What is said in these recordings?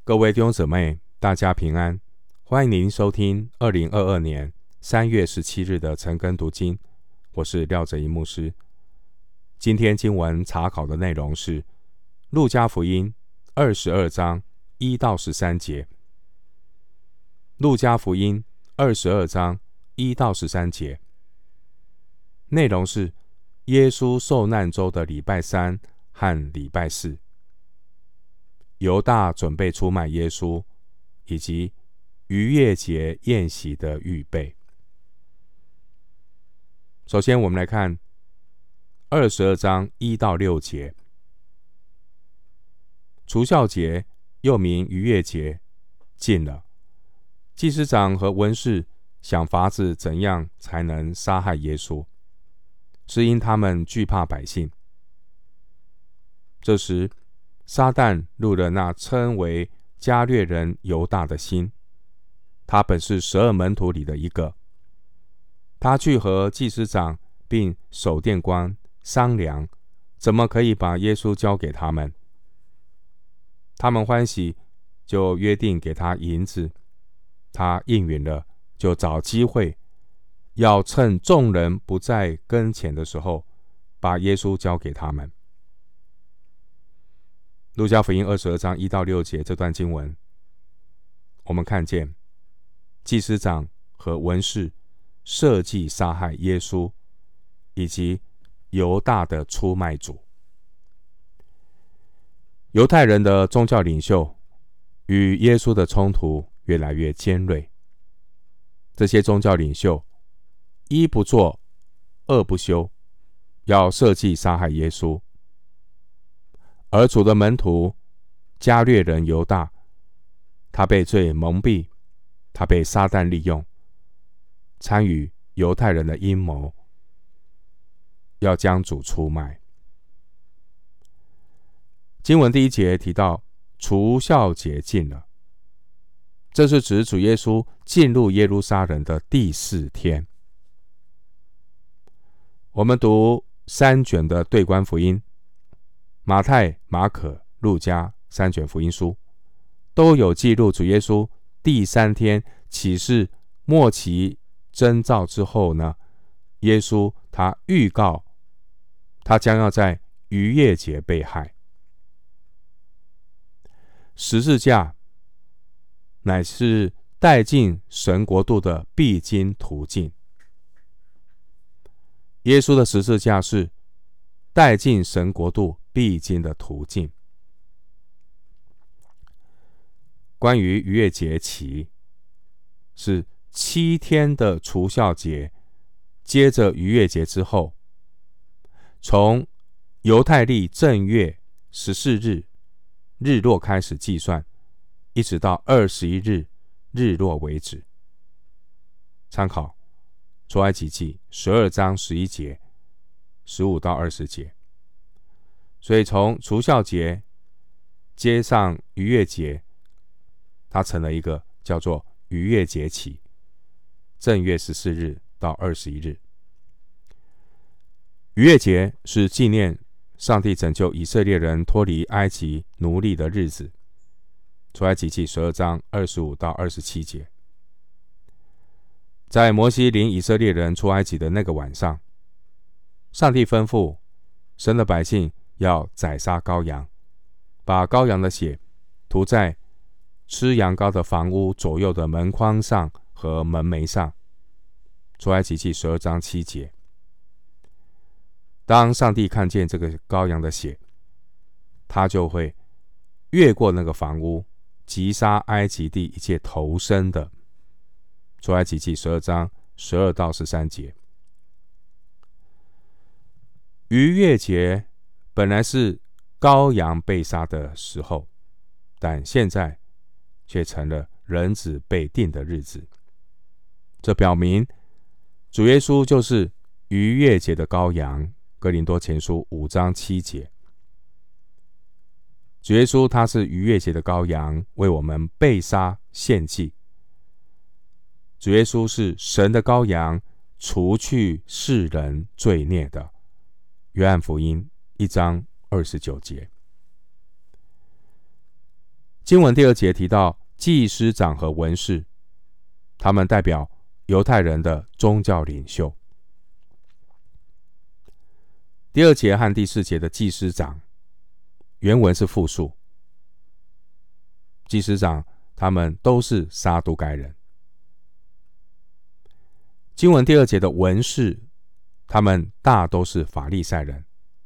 各位弟兄姊妹，大家平安！欢迎您收听2022年3月17日的晨更读经，我是廖哲一牧师。今天经文查考的内容是路加福音22章1到13节。路加福音22章1到13节，内容是耶稣受难周的礼拜3和礼拜4，犹大准备出卖耶稣，以及逾越节宴席的预备。首先我们来看22章1到6节。除酵节又名逾越节近了，祭司长和文士想法子怎样才能杀害耶稣，是因他们惧怕百姓。这时撒旦入了那称为加略人犹大的心，他本是12门徒里的一个。他去和祭司长并守殿官商量，怎么可以把耶稣交给他们。他们欢喜，就约定给他银子。他应允了，就找机会，要趁众人不在跟前的时候，把耶稣交给他们。路加福音22章1到6节这段经文，我们看见祭司长和文士设计杀害耶稣，以及犹大的出卖主。犹太人的宗教领袖与耶稣的冲突越来越尖锐。这些宗教领袖一不做，二不休，要设计杀害耶稣。而主的门徒加略人犹大，他被罪蒙蔽，他被撒旦利用，参与犹太人的阴谋，要将主出卖。经文第1节提到除酵节近了，这是指主耶稣进入耶路撒冷的第4天。我们读3卷的对观福音，马太、马可、路加3卷福音书都有记录主耶稣第3天启示末期征兆之后呢，耶稣他预告他将要在逾越节被害。十字架乃是带进神国度的必经途径。耶稣的十字架是带进神国度必经的途径。关于逾越节期，是7天的除酵节，接着逾越节之后，从犹太历正月14日日落开始计算，一直到21日日落为止。参考出埃及记12章11节15到20节。所以从除酵节接上逾越节，它成了一个叫做逾越节期，正月14日到21日。逾越节是纪念上帝拯救以色列人脱离埃及奴隶的日子，出埃及记12章25到27节。在摩西领以色列人出埃及的那个晚上，上帝吩咐神的百姓要宰杀羔羊，把羔羊的血涂在吃羊羔的房屋左右的门框上和门楣上，出埃及记12章7节。当上帝看见这个羔羊的血，他就会越过那个房屋，击杀埃及地一切头生的，出埃及记12章12到13节。逾越节本来是羔羊被杀的时候，但现在却成了人子被定的日子。这表明主耶稣就是逾越节的羔羊。哥林多前书5章7节。主耶稣他是逾越节的羔羊，为我们被杀献祭。主耶稣是神的羔羊，除去世人罪孽的。约翰福音1章29节。 经文第2节提到祭司长和文士，他们代表犹太人的宗教领袖。第2节和第4节的祭司长，原文是复数。祭司长他们都是撒都该人。经文第2节的文士，他们大都是法利赛人。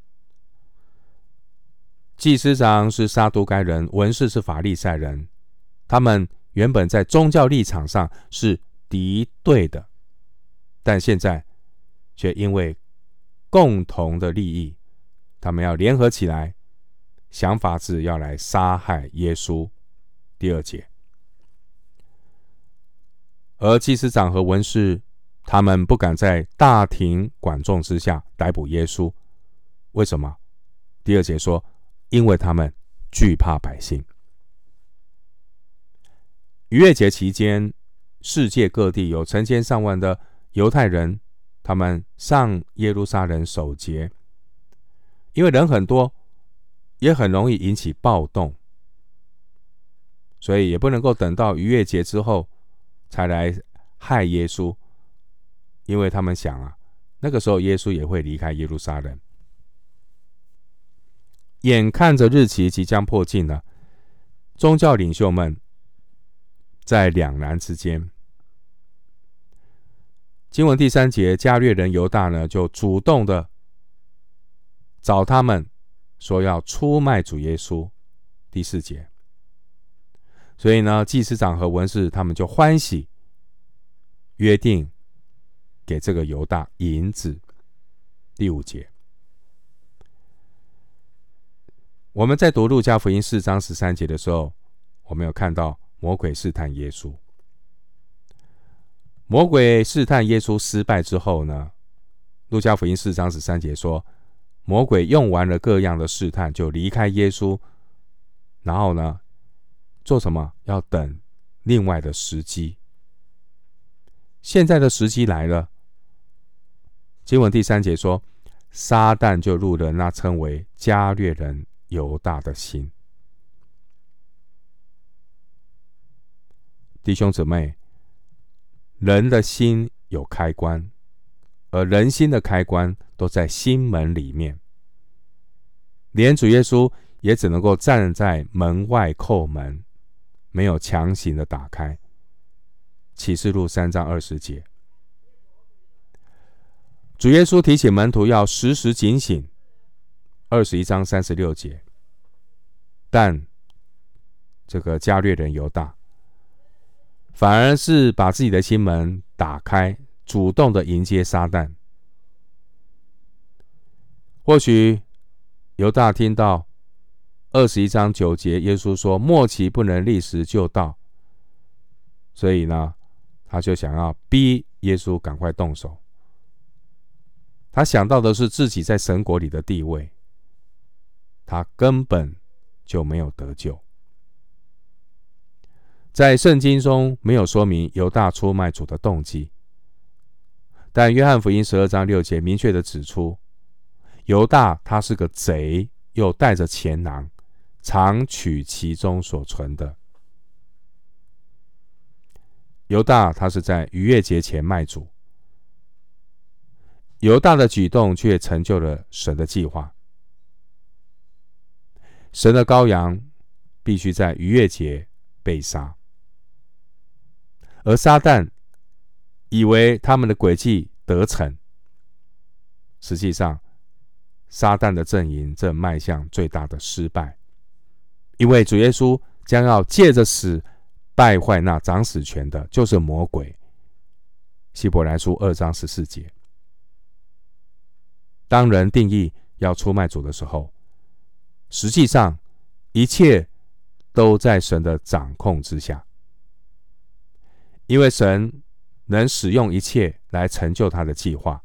祭司长是撒都该人，文士是法利赛人，他们原本在宗教立场上是敌对的，但现在却因为共同的利益，他们要联合起来，想法子要来杀害耶稣。第2节，而祭司长和文士，他们不敢在大庭广众之下逮捕耶稣，为什么？第2节说，因为他们惧怕百姓。逾越节期间，世界各地有成千上万的犹太人，他们上耶路撒冷守节，因为人很多，也很容易引起暴动，所以也不能够等到逾越节之后才来害耶稣，因为他们想那个时候耶稣也会离开耶路撒冷。眼看着日期即将迫近了，宗教领袖们在两难之间。经文第3节，加略人犹大呢，就主动的找他们说要出卖主耶稣。第4节，所以呢，祭司长和文士他们就欢喜，约定给这个犹大银子。第5节，我们在读路加福音4章13节的时候，我们有看到魔鬼试探耶稣。魔鬼试探耶稣失败之后呢，路加福音4章13节说，魔鬼用完了各样的试探，就离开耶稣，然后呢，做什么？要等另外的时机。现在的时机来了。经文第3节说，撒旦就入了那称为加略人犹大的心。弟兄姊妹，人的心有开关，而人心的开关都在心门里面。连主耶稣也只能够站在门外叩门，没有强行的打开。启示录3章20节，主耶稣提醒门徒要时时警醒。21章36节，但这个加略人犹大反而是把自己的心门打开，主动的迎接撒旦。或许犹大听到21章9节，耶稣说末期不能立时就到，所以呢，他就想要逼耶稣赶快动手。他想到的是自己在神国里的地位，他根本就没有得救。在圣经中没有说明犹大出卖主的动机，但约翰福音12章6节明确的指出，犹大他是个贼，又带着钱囊，常取其中所存的。犹大他是在逾越节前卖主，犹大的举动却成就了神的计划。神的羔羊必须在逾越节被杀，而撒旦以为他们的诡计得逞，实际上撒旦的阵营正迈向最大的失败，因为主耶稣将要借着死败坏那掌死权的，就是魔鬼。希伯来书2章14节。当人定义要出卖主的时候，实际上一切都在神的掌控之下，因为神能使用一切来成就他的计划。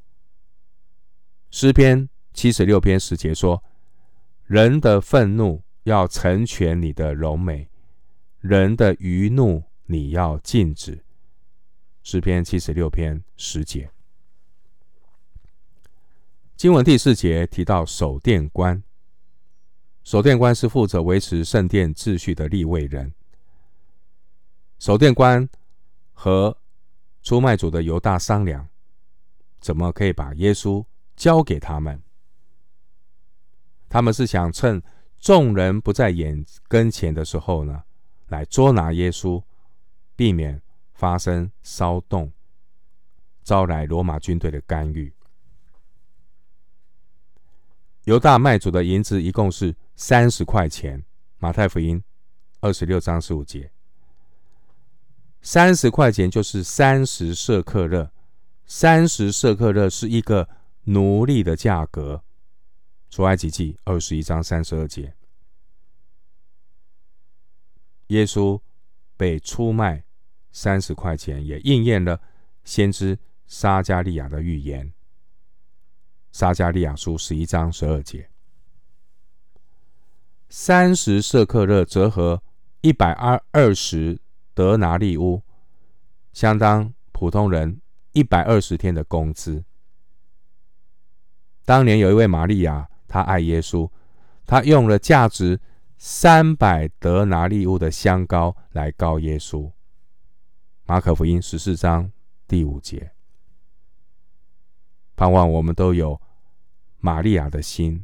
诗篇76篇10节说，人的愤怒要成全你的荣美，人的余怒你要禁止。诗篇76篇10节。经文第4节提到守殿官， 守殿官是负责维持圣殿秩序的利未人。守殿官和出卖主的犹大商量，怎么可以把耶稣交给他们。他们是想趁众人不在眼跟前的时候呢，来捉拿耶稣，避免发生骚动，招来罗马军队的干预。犹大卖主的银子一共是30块钱，马太福音26章15节。30块钱就是30舍客勒，30舍客勒是一个奴隶的价格。出埃及记21章32节。耶稣被出卖30块钱，也应验了先知撒迦利亚的预言。撒迦利亚书11章12节。30舍客勒折合120德拿利乌，相当普通人120天的工资。当年有一位玛利亚，她爱耶稣，她用了价值300德拿利乌的香膏来膏耶稣。马可福音14章第5节。盼望我们都有玛利亚的心，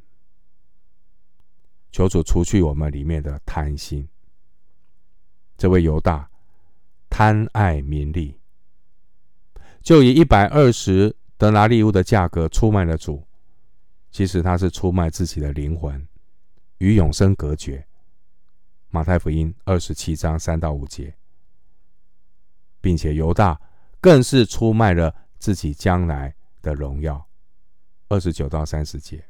求主除去我们里面的贪心。这位犹大贪爱名利，就以120德拿利乌的价格出卖了主。其实他是出卖自己的灵魂，与永生隔绝。马太福音27章3到5节。并且犹大更是出卖了自己将来的荣耀。29到30节。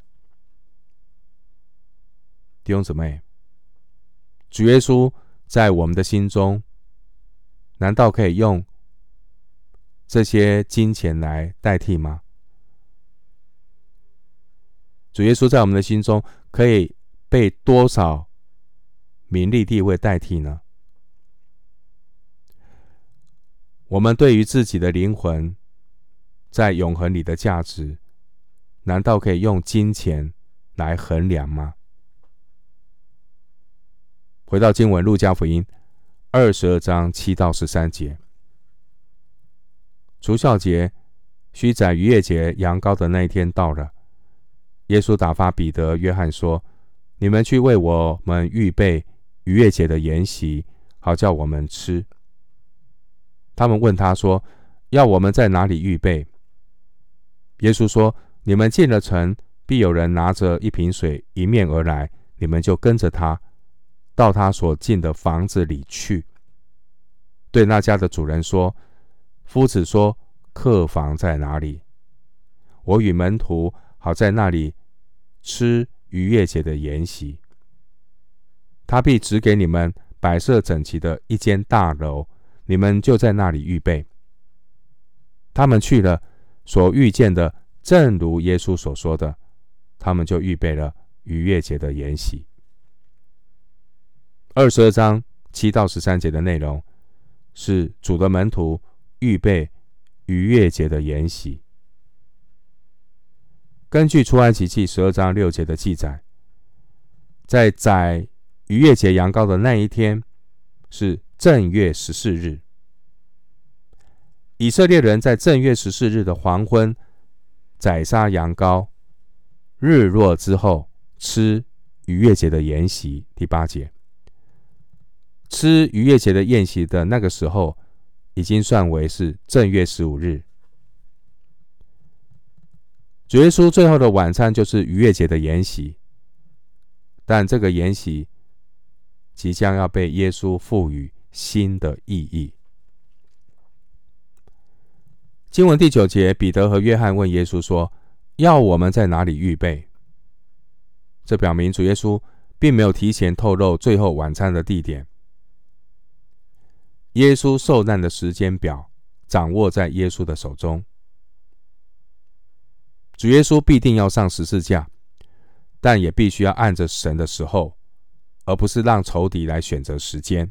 弟兄姊妹，主耶稣在我们的心中，难道可以用这些金钱来代替吗？主耶稣在我们的心中可以被多少名利地位代替呢？我们对于自己的灵魂在永恒里的价值，难道可以用金钱来衡量吗？回到经文，路加福音22章7到13节。除酵节，须宰逾越节羊羔的那一天到了，耶稣打发彼得、约翰说：你们去为我们预备逾越节的筵席，好叫我们吃。他们问他说：要我们在哪里预备？耶稣说：你们进了城，必有人拿着一瓶水迎面而来，你们就跟着他，到他所进的房子里去。对那家的主人说：夫子说，客房在哪里？我与门徒好在那里吃逾越节的筵席。他必指给你们摆设整齐的一间大楼，你们就在那里预备。他们去了，所遇见的正如耶稣所说的，他们就预备了逾越节的筵席。22章7到13节的内容是主的门徒预备逾越节的筵席。根据出埃及记12章6节的记载，在宰逾越节羊羔的那一天是正月14日。以色列人在正月14日的黄昏宰杀羊羔，日落之后吃逾越节的筵席。第8节，吃逾越节的宴席的那个时候，已经算为是正月15日。主耶稣最后的晚餐就是逾越节的筵席，但这个筵席即将要被耶稣赋予新的意义。经文第9节，彼得和约翰问耶稣说：要我们在哪里预备？这表明主耶稣并没有提前透露最后晚餐的地点。耶稣受难的时间表掌握在耶稣的手中。主耶稣必定要上十字架，但也必须要按着神的时候，而不是让仇敌来选择时间。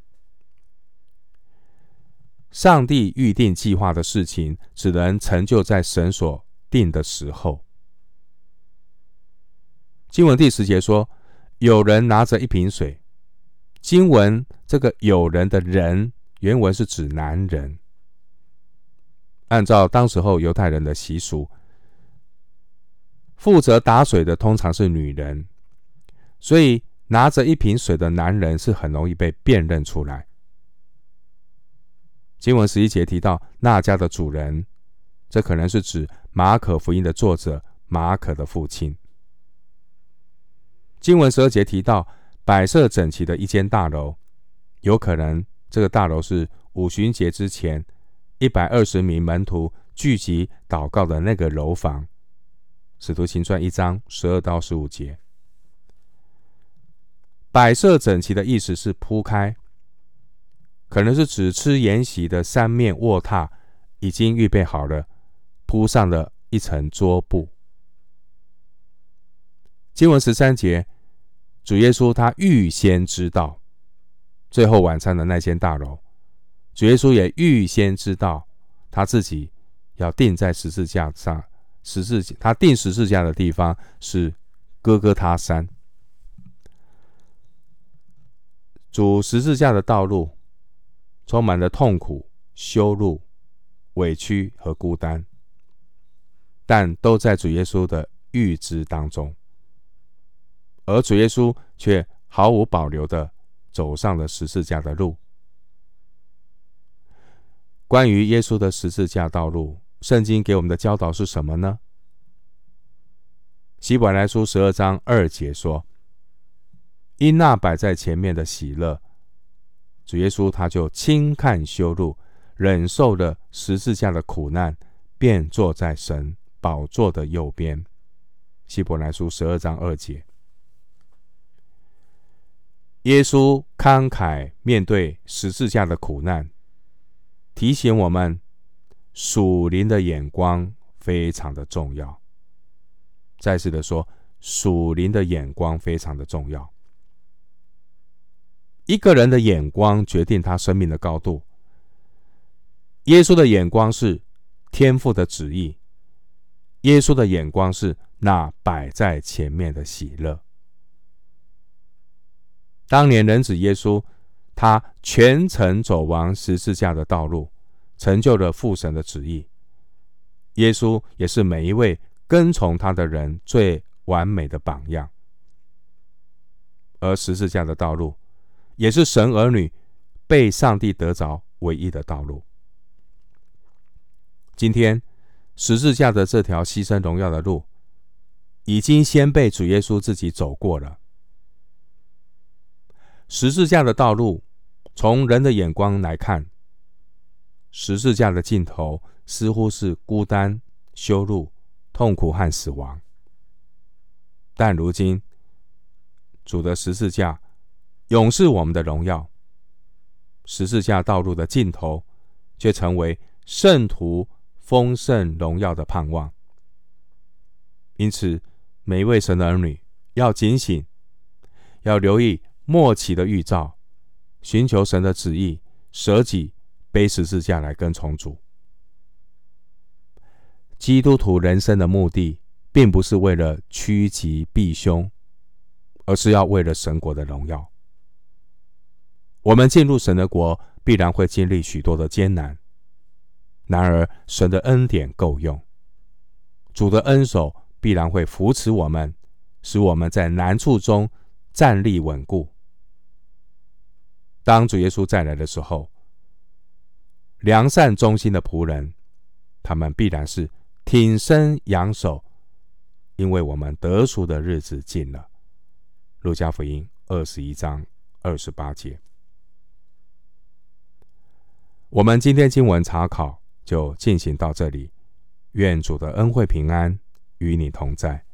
上帝预定计划的事情，只能成就在神所定的时候。经文第10节说： 有人拿着一瓶水。经文这个有人的人，原文是指男人。按照当时候犹太人的习俗，负责打水的通常是女人，所以拿着一瓶水的男人是很容易被辨认出来。经文11节提到那家的主人，这可能是指马可福音的作者马可的父亲。经文12节提到摆设整齐的一间大楼，有可能这个大楼是五旬节之前120名门徒聚集祷告的那个楼房。使徒行传1章12到15节。摆设整齐的意思是铺开，可能是指吃筵席的3面卧榻已经预备好了，铺上了一层桌布。经文13节，主耶稣他预先知道最后晚餐的那间大楼，主耶稣也预先知道他自己要钉在十字架上，他钉十字架的地方是哥哥他山。主十字架的道路充满了痛苦、羞辱、委屈和孤单，但都在主耶稣的预知当中，而主耶稣却毫无保留地走上了十字架的路。关于耶稣的十字架道路，圣经给我们的教导是什么呢？希伯来书12章2节说，因那摆在前面的喜乐，主耶稣他就轻看羞辱，忍受了十字架的苦难，便坐在神宝座的右边。希伯来书12章2节。耶稣慷慨面对十字架的苦难，提醒我们属灵的眼光非常的重要。再次的说，属灵的眼光非常的重要。一个人的眼光决定他生命的高度。耶稣的眼光是天父的旨意，耶稣的眼光是那摆在前面的喜乐。当年人子耶稣，他全程走完十字架的道路，成就了父神的旨意。耶稣也是每一位跟从他的人最完美的榜样。而十字架的道路也是神儿女被上帝得着唯一的道路。今天十字架的这条牺牲荣耀的路，已经先被主耶稣自己走过了。十字架的道路，从人的眼光来看，十字架的尽头似乎是孤单、羞辱、痛苦和死亡。但如今主的十字架永是我们的荣耀，十字架道路的尽头却成为圣徒丰盛荣耀的盼望。因此每一位神的儿女要警醒，要留意末期的预兆，寻求神的旨意，舍己背十字架来跟从主。基督徒人生的目的并不是为了趋吉避凶，而是要为了神国的荣耀。我们进入神的国，必然会经历许多的艰难，然而神的恩典够用，主的恩手必然会扶持我们，使我们在难处中站立稳固。当主耶稣再来的时候，良善忠心的仆人，他们必然是挺身扬手，因为我们得赎的日子近了。路加福音21章28节。我们今天经文查考就进行到这里，愿主的恩惠平安与你同在。